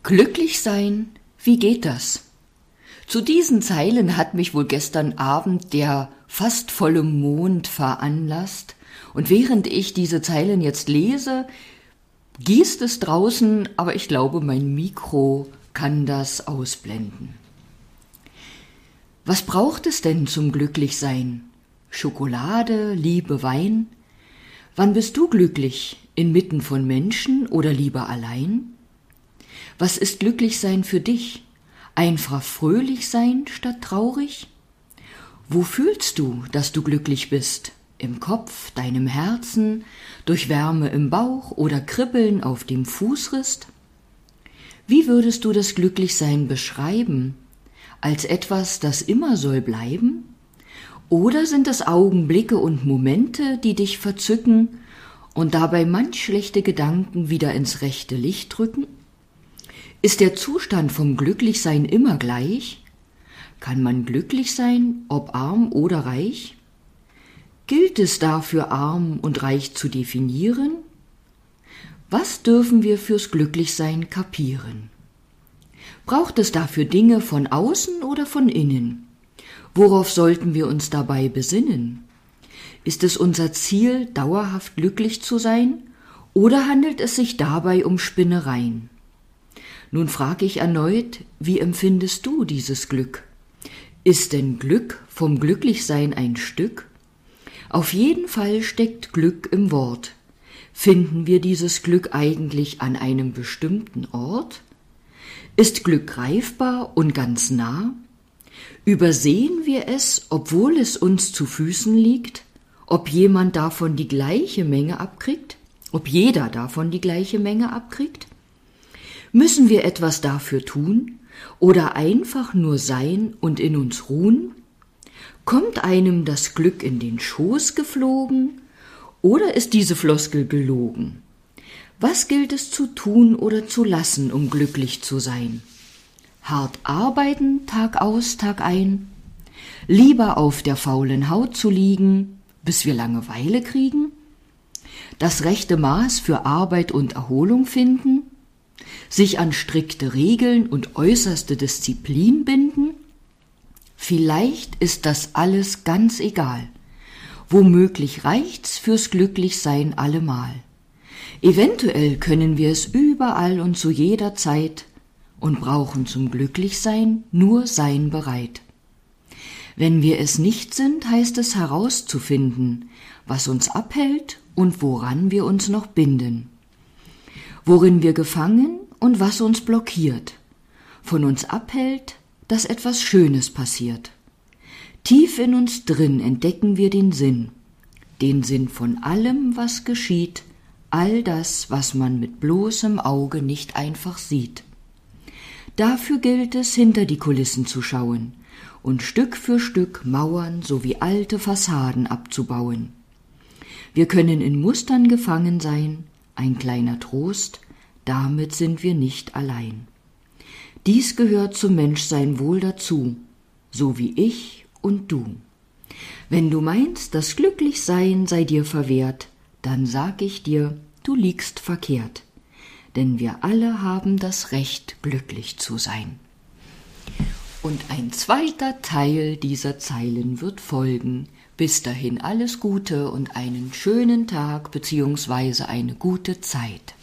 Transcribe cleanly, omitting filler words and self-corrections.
Glücklich sein, wie geht das? Zu diesen Zeilen hat mich wohl gestern Abend der fast volle Mond veranlasst, und während ich diese Zeilen jetzt lese, gießt es draußen, aber ich glaube, mein Mikro kann das ausblenden. Was braucht es denn zum Glücklichsein? Schokolade, Liebe, Wein? Wann bist du glücklich? Inmitten von Menschen oder lieber allein? Was ist Glücklichsein für dich? Einfach fröhlich sein statt traurig? Wo fühlst du, dass du glücklich bist? Im Kopf, deinem Herzen, durch Wärme im Bauch oder Kribbeln auf dem Fußrist? Wie würdest du das Glücklichsein beschreiben? Als etwas, das immer soll bleiben? Oder sind es Augenblicke und Momente, die dich verzücken und dabei manch schlechte Gedanken wieder ins rechte Licht rücken? Ist der Zustand vom Glücklichsein immer gleich? Kann man glücklich sein, ob arm oder reich? Gilt es dafür, arm und reich zu definieren? Was dürfen wir fürs Glücklichsein kapieren? Braucht es dafür Dinge von außen oder von innen? Worauf sollten wir uns dabei besinnen? Ist es unser Ziel, dauerhaft glücklich zu sein, oder handelt es sich dabei um Spinnereien? Nun frage ich erneut, wie empfindest du dieses Glück? Ist denn Glück vom Glücklichsein ein Stück? Auf jeden Fall steckt Glück im Wort. Finden wir dieses Glück eigentlich an einem bestimmten Ort? Ist Glück greifbar und ganz nah? Übersehen wir es, obwohl es uns zu Füßen liegt? Ob jemand davon die gleiche Menge abkriegt? Ob jeder davon die gleiche Menge abkriegt? Müssen wir etwas dafür tun oder einfach nur sein und in uns ruhen? Kommt einem das Glück in den Schoß geflogen oder ist diese Floskel gelogen? Was gilt es zu tun oder zu lassen, um glücklich zu sein? Hart arbeiten, Tag aus, Tag ein? Lieber auf der faulen Haut zu liegen, bis wir Langeweile kriegen? Das rechte Maß für Arbeit und Erholung finden? Sich an strikte Regeln und äußerste Disziplin binden? Vielleicht ist das alles ganz egal. Womöglich reicht's fürs Glücklichsein allemal. Eventuell können wir es überall und zu jeder Zeit und brauchen zum Glücklichsein nur sein bereit. Wenn wir es nicht sind, heißt es herauszufinden, was uns abhält und woran wir uns noch binden. Worin wir gefangen und was uns blockiert, von uns abhält, dass etwas Schönes passiert. Tief in uns drin entdecken wir den Sinn von allem, was geschieht, all das, was man mit bloßem Auge nicht einfach sieht. Dafür gilt es, hinter die Kulissen zu schauen und Stück für Stück Mauern sowie alte Fassaden abzubauen. Wir können in Mustern gefangen sein, ein kleiner Trost, damit sind wir nicht allein. Dies gehört zum Menschsein wohl dazu, so wie ich und du. Wenn du meinst, das Glücklichsein sei dir verwehrt, dann sag ich dir, du liegst verkehrt, denn wir alle haben das Recht, glücklich zu sein. Und ein zweiter Teil dieser Zeilen wird folgen. Bis dahin alles Gute und einen schönen Tag bzw. eine gute Zeit.